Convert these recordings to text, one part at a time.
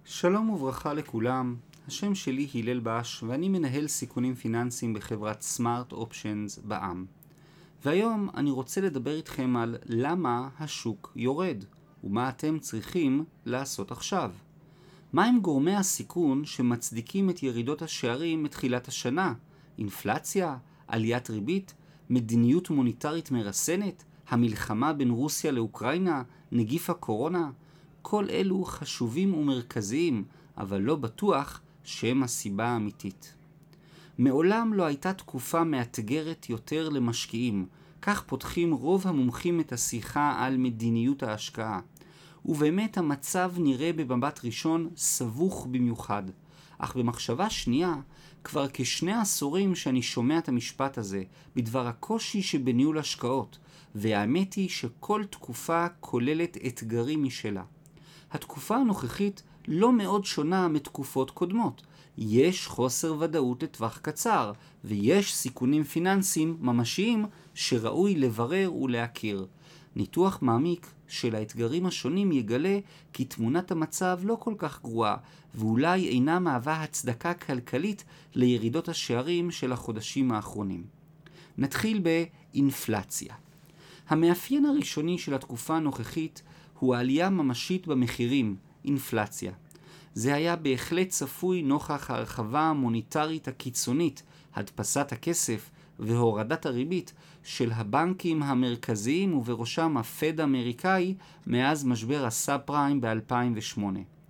שלום וברכה לכולם, השם שלי הלל בש ואני מנהל סיכונים פיננסיים בחברת סמארט אופשנס בע"מ. והיום אני רוצה לדבר איתכם על למה השוק יורד ומה אתם צריכים לעשות עכשיו. מהם גורמי הסיכון שמצדיקים את ירידות השערים מתחילת השנה? אינפלציה, עליית ריבית, מדיניות מוניטרית מרסנת, המלחמה בין רוסיה לאוקראינה, נגיף הקורונה? כל אלו חשובים ומרכזיים, אבל לא בטוח שהם הסיבה האמיתית. מעולם לא הייתה תקופה מאתגרת יותר למשקיעים, כך פותחים רוב המומחים את השיחה על מדיניות ההשקעה. ובאמת המצב נראה במבט ראשון סבוך במיוחד. אך במחשבה שנייה, כבר כ2 עשורים שאני שומע את המשפט הזה, בדבר הקושי שבניהול השקעות, והאמת היא שכל תקופה כוללת אתגרים משלה. התקופה הנוכחית לא מאוד שונה מתקופות קודמות. יש חוסר ודאות לטווח קצר, ויש סיכונים פיננסיים ממשיים שראוי לברר ולהכיר. ניתוח מעמיק של האתגרים השונים יגלה כי תמונת המצב לא כל כך גרועה, ואולי אינה מהווה הצדקה כלכלית לירידות השערים של החודשים האחרונים. נתחיל באינפלציה. המאפיין הראשוני של התקופה הנוכחית הוא העלייה ממשית במחירים, אינפלציה. זה היה בהחלט צפוי נוכח ההרחבה המוניטרית הקיצונית, הדפסת הכסף והורדת הריבית של הבנקים המרכזיים ובראשם הפד האמריקאי מאז משבר הסאב פריים ב-2008.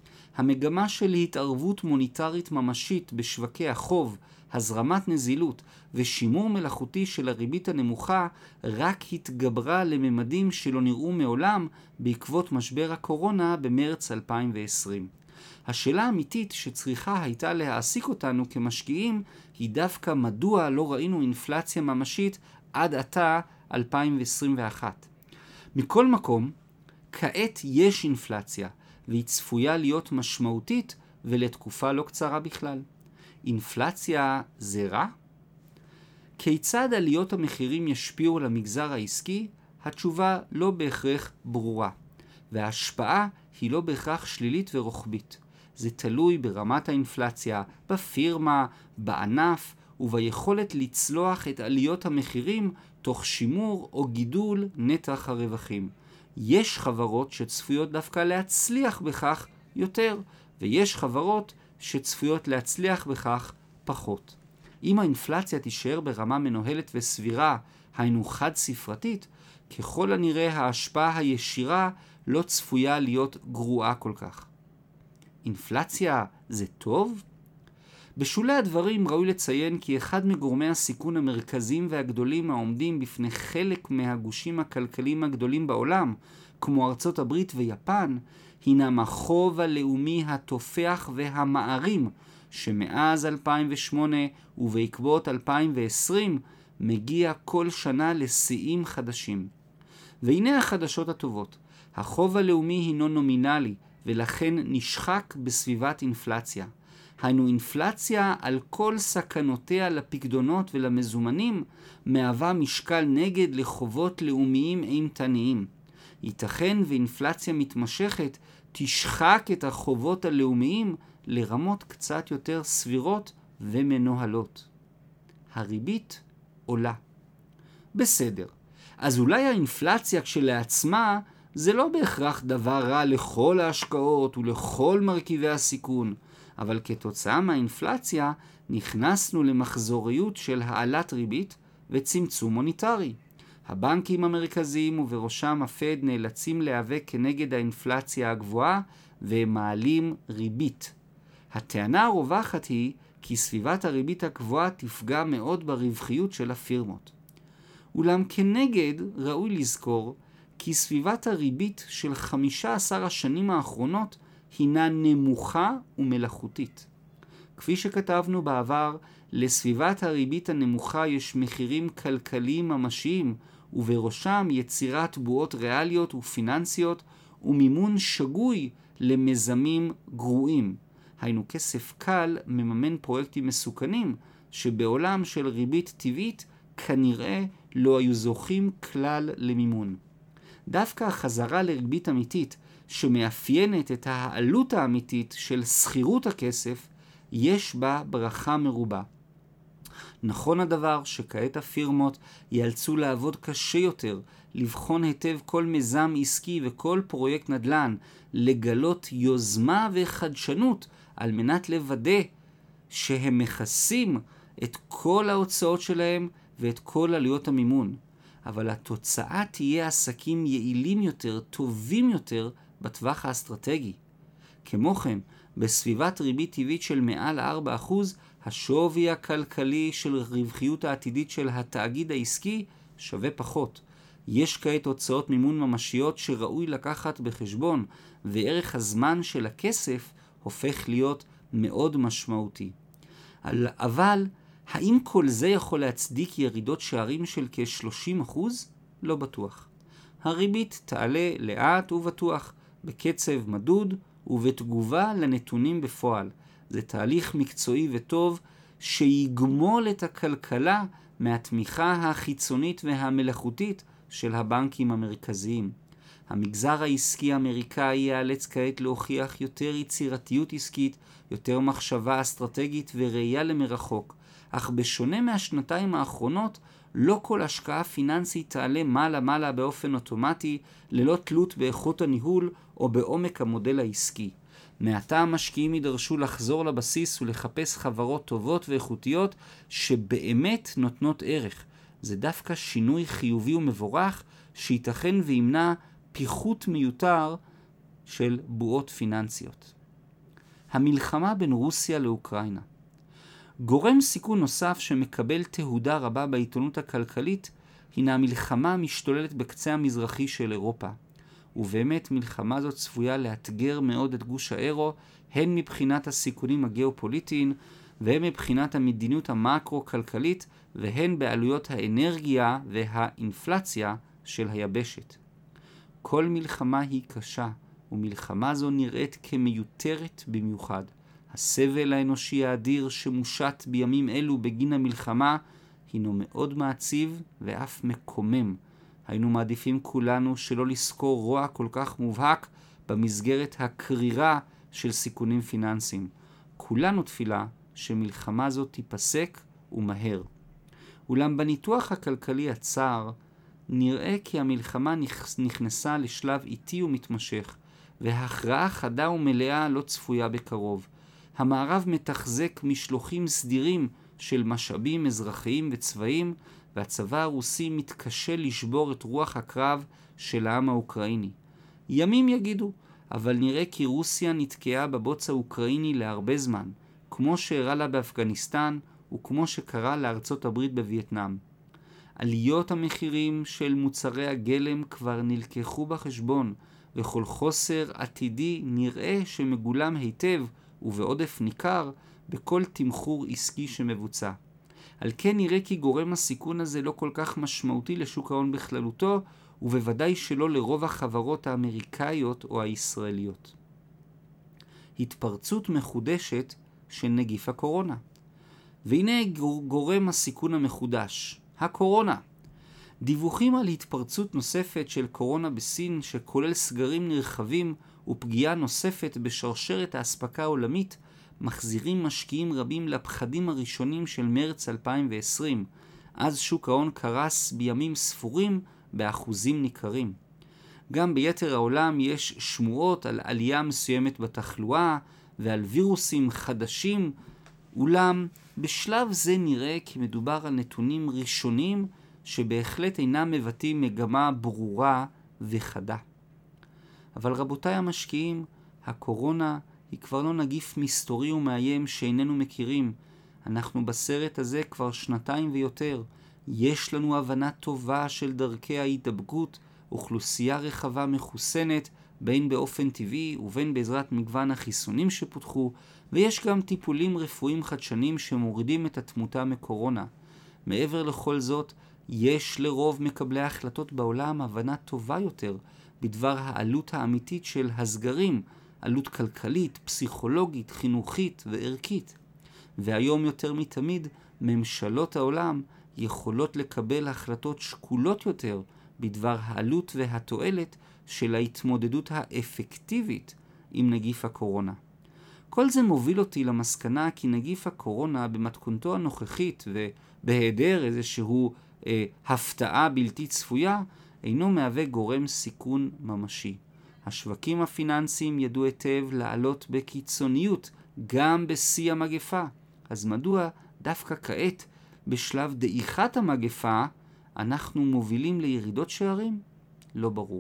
המגמה של התערבות מוניטרית ממשית בשווקי החוב, הזרמת נזילות ושימור מלאכותי של הריבית הנמוכה רק התגברה לממדים שלא נראו מעולם בעקבות משבר הקורונה במרץ 2020. השאלה האמיתית שצריכה הייתה להעסיק אותנו כמשקיעים היא דווקא מדוע לא ראינו אינפלציה ממשית עד עתה 2021. מכל מקום, כעת יש אינפלציה והיא צפויה להיות משמעותית ולתקופה לא קצרה בכלל. אינפלציה זה רע? כיצד עליות המחירים ישפיעו על המגזר העסקי? התשובה לא בהכרח ברורה, וההשפעה היא לא בהכרח שלילית ורוחבית. זה תלוי ברמת האינפלציה, בפירמה, בענף וביכולת לצלוח את עליות המחירים תוך שימור או גידול נתח הרווחים. יש חברות שצפויות דווקא להצליח בכך יותר, ויש חברות שצפויות להצליח בכך פחות. אם האינפלציה תישאר ברמה מנוהלת וסבירה, היינו חד ספרתית, ככל הנראה ההשפעה הישירה לא צפויה להיות גרועה כל כך. אינפלציה זה טוב? בשולי הדברים ראוי לציין כי אחד מגורמי הסיכון המרכזיים והגדולים העומדים בפני חלק מהגושים הכלכליים הגדולים בעולם, כמו ארצות הברית ויפן, הינם החוב הלאומי התופח והמערים, שמאז 2008 ובעקבות 2020 מגיע כל שנה לשיאים חדשים. והנה החדשות הטובות. החוב הלאומי הינו נומינלי, ולכן נשחק בסביבת אינפלציה. היינו אינפלציה על כל סכנותיה לפקדונות ולמזומנים, מהווה משקל נגד לחובות לאומיים אימתניים. ייתכן ואינפלציה מתמשכת תשחק את החובות הלאומיים לרמות קצת יותר סבירות ומנוהלות. הריבית עולה. בסדר, אז אולי האינפלציה כשלעצמה זה לא בהכרח דבר רע לכל ההשקעות ולכל מרכיבי הסיכון, אבל כתוצאה מהאינפלציה נכנסנו למחזוריות של העלת ריבית וצמצום מוניטרי. הבנקים המרכזיים ובראשם הפד נאלצים להיאבק כנגד האינפלציה הגבוהה והם מעלים ריבית. הטענה הרווחת היא כי סביבת הריבית הגבוהה תפגע מאוד ברווחיות של הפירמות. אולם כנגד ראוי לזכור כי סביבת הריבית של 15 השנים האחרונות הינה נמוכה ומלאכותית. כפי שכתבנו בעבר, לסביבת הריבית הנמוכה יש מחירים כלכליים ממשיים, ובראשם יצירת בועות ריאליות ופיננסיות ומימון שגוי למזמים גרועים. היינו כסף קל מממן פרויקטים מסוכנים, שבעולם של ריבית טבעית כנראה לא היו זוכים כלל למימון. דווקא החזרה לריבית אמיתית שמאפיינת את העלות האמיתית של שכירות הכסף, יש בה ברכה מרובה. נכון הדבר שכעת הפירמות ייאלצו לעבוד קשה יותר, לבחון היטב כל מיזם עסקי וכל פרויקט נדל"ן, לגלות יוזמה וחדשנות על מנת לוודא שהם מכסים את כל ההוצאות שלהם ואת כל עלויות המימון. אבל התוצאה תהיה עסקים יעילים יותר, טובים יותר בטווח האסטרטגי. כמו כן, בסביבת ריבית טבעית של מעל 4%, השווי הכלכלי של רווחיות העתידית של התאגיד העסקי שווה פחות. יש כעת הוצאות מימון ממשיות שראוי לקחת בחשבון, וערך הזמן של הכסף הופך להיות מאוד משמעותי. אבל האם כל זה יכול להצדיק ירידות שערים של כ-30%? לא בטוח. הריבית תעלה לאט ובטוח, בקצב מדוד ובתגובה לנתונים בפועל. זה תהליך מקצועי וטוב שיגמול את הכלכלה מהתמיכה החיצונית והמלאכותית של הבנקים המרכזיים. המגזר העסקי האמריקאי ייאלץ כעת להוכיח יותר יצירתיות עסקית, יותר מחשבה אסטרטגית וראייה למרחוק. אך בשונה מהשנתיים האחרונות, לא כל השקעה פיננסית תעלה מעלה באופן אוטומטי, ללא תלות באיכות הניהול או בעומק המודל העסקי. מעתה המשקיעים יידרשו לחזור לבסיס ולחפש חברות טובות ואיכותיות שבאמת נותנות ערך. זה דווקא שינוי חיובי ומבורך שייתכן וימנע פיחות מיותר של בועות פיננסיות. המלחמה בין רוסיה לאוקראינה. גורם סיכון נוסף שמקבל תהודה רבה בעיתונות הכלכלית הינה המלחמה המשתוללת בקצה המזרחי של אירופה. ובאמת מלחמה זאת צפויה לאתגר מאוד את גוש האירו, הן מבחינת הסיכונים הגיאופוליטיים והן מבחינת המדיניות המקרו-כלכלית והן בעלויות האנרגיה והאינפלציה של היבשת. כל מלחמה היא קשה, ומלחמה זו נראית כמיותרת במיוחד. הסבל האנושי האדיר שמושת בימים אלו בגין המלחמה הינו מאוד מעציב ואף מקומם. היינו מעדיפים כולנו שלא לזכור רוע כל כך מובהק במסגרת הקרירה של סיכונים פיננסיים. כולנו תפילה שמלחמה זו תיפסק ומהר. אולם בניתוח הכלכלי הצר נראה כי המלחמה נכנסה לשלב איטי ומתמשך, והכרעה חדה ומלאה לא צפויה בקרוב. המערב מתחזק משלוחים סדירים של משאבים אזרחיים וצבאיים, והצבא הרוסי מתקשה לשבור את רוח הקרב של העם האוקראיני. ימים יגידו, אבל נראה כי רוסיה נתקעה בבוץ האוקראיני להרבה זמן, כמו שהראה לה באפגניסטן וכמו שקרה לארצות הברית בווייטנאם. עליות המחירים של מוצרי הגלם כבר נלקחו בחשבון, וכל חוסר עתידי נראה שמגולם היטב ובעודף ניכר בכל תמחור עסקי שמבוצע. על כן נראה כי גורם הסיכון הזה לא כל כך משמעותי לשוק ההון בכללותו, ובוודאי שלא לרוב החברות האמריקאיות או הישראליות. התפרצות מחודשת של נגיף הקורונה. והנה גורם הסיכון המחודש, הקורונה. דיווחים על התפרצות נוספת של קורונה בסין שכולל סגרים נרחבים ופגיעה נוספת בשרשרת האספקה העולמית מחזירים משקיעים רבים לפחדים הראשונים של מרץ 2020, אז שוק ההון קרס בימים ספורים באחוזים ניכרים. גם ביתר העולם יש שמועות על עלייה מסוימת בתחלואה ועל וירוסים חדשים, אולם בשלב זה נראה כי מדובר על נתונים ראשונים שבהחלט אינם מבטאים מגמה ברורה וחדה. אבל רבותיי המשקיעים, הקורונה היא כבר לא נגיף מסתורי ומאיים שאיננו מכירים. אנחנו בסרט הזה כבר שנתיים ויותר. יש לנו הבנה טובה של דרכי ההידבקות, אוכלוסייה רחבה מחוסנת, בין באופן טבעי ובין בעזרת מגוון החיסונים שפותחו, ויש גם טיפולים רפואיים חדשנים שמורידים את התמותה מקורונה. מעבר לכל זאת, יש לרוב מקבלי ההחלטות בעולם הבנה טובה יותר בדבר העלות האמיתית של הסגרים, עלות כלכלית, פסיכולוגית, חינוכית וערכית. והיום יותר מתמיד, ממשלות העולם יכולות לקבל החלטות שקולות יותר בדבר העלות והתועלת של ההתמודדות האפקטיבית עם נגיף הקורונה. כל זה מוביל אותי למסקנה כי נגיף הקורונה במתכונתו הנוכחית ובהיעדר איזשהו הפתעה בלתי צפויה, אינו מהווה גורם סיכון ממשי. השווקים הפיננסיים ידעו היטב לעלות בקיצוניות גם בשיא המגפה. אז מדוע דווקא כעת, בשלב דעיכת המגפה, אנחנו מובילים לירידות שערים? לא ברור.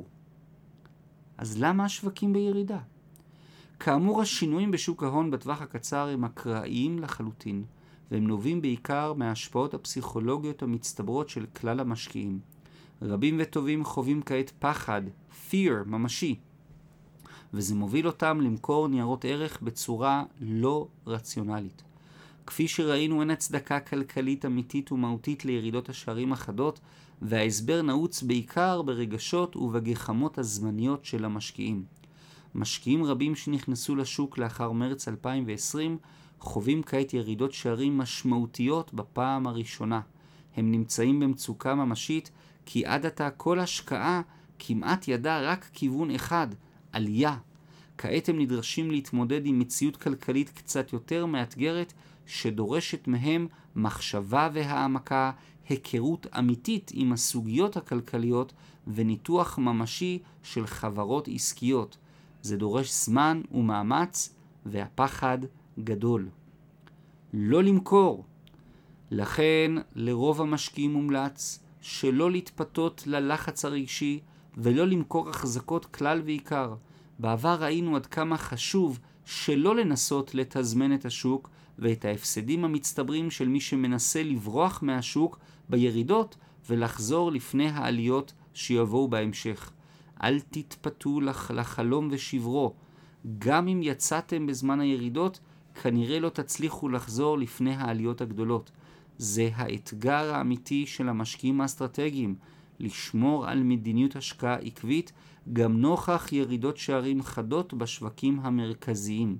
אז למה השווקים בירידה? כאמור, השינויים בשוק ההון בטווח הקצר הם אקראיים לחלוטין, והם נובעים בעיקר מההשפעות הפסיכולוגיות המצטברות של כלל המשקיעים. רבים וטובים חווים כעת פחד, fear, ממשי, וזה מוביל אותם למכור ניירות ערך בצורה לא רציונלית. כפי שראינו, אין הצדקה כלכלית אמיתית ומהותית לירידות השערים החדות, וההסבר נעוץ בעיקר ברגשות ובגחמות הזמניות של המשקיעים. משקיעים רבים שנכנסו לשוק לאחר מרץ 2020 חווים כעת ירידות שערים משמעותיות בפעם הראשונה. הם נמצאים במצוקה ממשית כי עד עתה כל השקעה כמעט ידע רק כיוון אחד, עלייה. כעת הם נדרשים להתמודד עם מציאות כלכלית קצת יותר מאתגרת שדורשת מהם מחשבה והעמקה, היכרות אמיתית עם הסוגיות הכלכליות וניתוח ממשי של חברות עסקיות. זה דורש זמן ומאמץ והפחד גדול. לא למכור. לכן לרוב המשקיעים מומלץ שלא להתפתות ללחץ הרגשי ולא למכור החזקות כלל ועיקר. בעבר ראינו עד כמה חשוב שלא לנסות לתזמן את השוק ואת ההפסדים המצטברים של מי שמנסה לברוח מהשוק בירידות ולחזור לפני העליות שיבואו בהמשך. אל תתפתו לחלום ושברו. גם אם יצאתם בזמן הירידות, כנראה לא תצליחו לחזור לפני העליות הגדולות. זה האתגר האמיתי של המשקיעים האסטרטגיים, לשמור על מדיניות השקעה עקבית, גם נוכח ירידות שערים חדות בשווקים המרכזיים.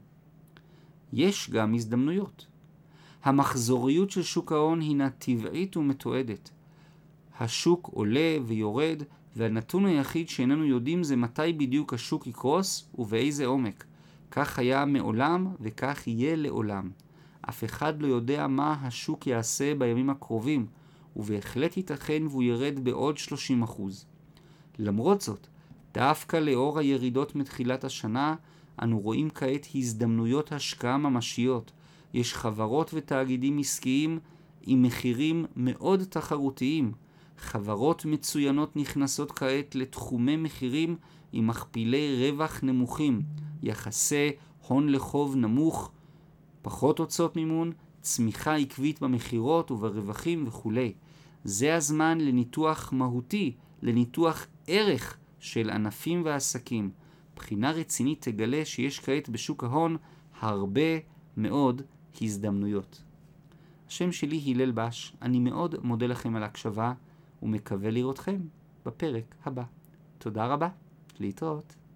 יש גם הזדמנויות. המחזוריות של שוק ההון הינה טבעית ומתועדת. השוק עולה ויורד, והנתון היחיד שאיננו יודעים זה מתי בדיוק השוק יקרוס ובאיזה עומק. כך היה מעולם וכך יהיה לעולם. אף אחד לא יודע מה השוק יעשה בימים הקרובים, ובהחלט ייתכן והוא ירד בעוד 30%. למרות זאת, דווקא לאור הירידות מתחילת השנה, אנו רואים כעת הזדמנויות השקעה ממשיות. יש חברות ותאגידים עסקיים עם מחירים מאוד תחרותיים. חברות מצוינות נכנסות כעת לתחומי מחירים עם מכפילי רווח נמוכים, יחסי הון לחוב נמוך, פחות הוצאות מימון, צמיחה עקבית במחירות וברווחים וכו'. זה הזמן לניתוח מהותי, לניתוח ערך של ענפים ועסקים. בחינה רצינית תגלה שיש כעת בשוק ההון הרבה מאוד הזדמנויות. השם שלי הלל בש, אני מאוד מודה לכם על הקשבה ומקווה לראותכם בפרק הבא. תודה רבה, להתראות.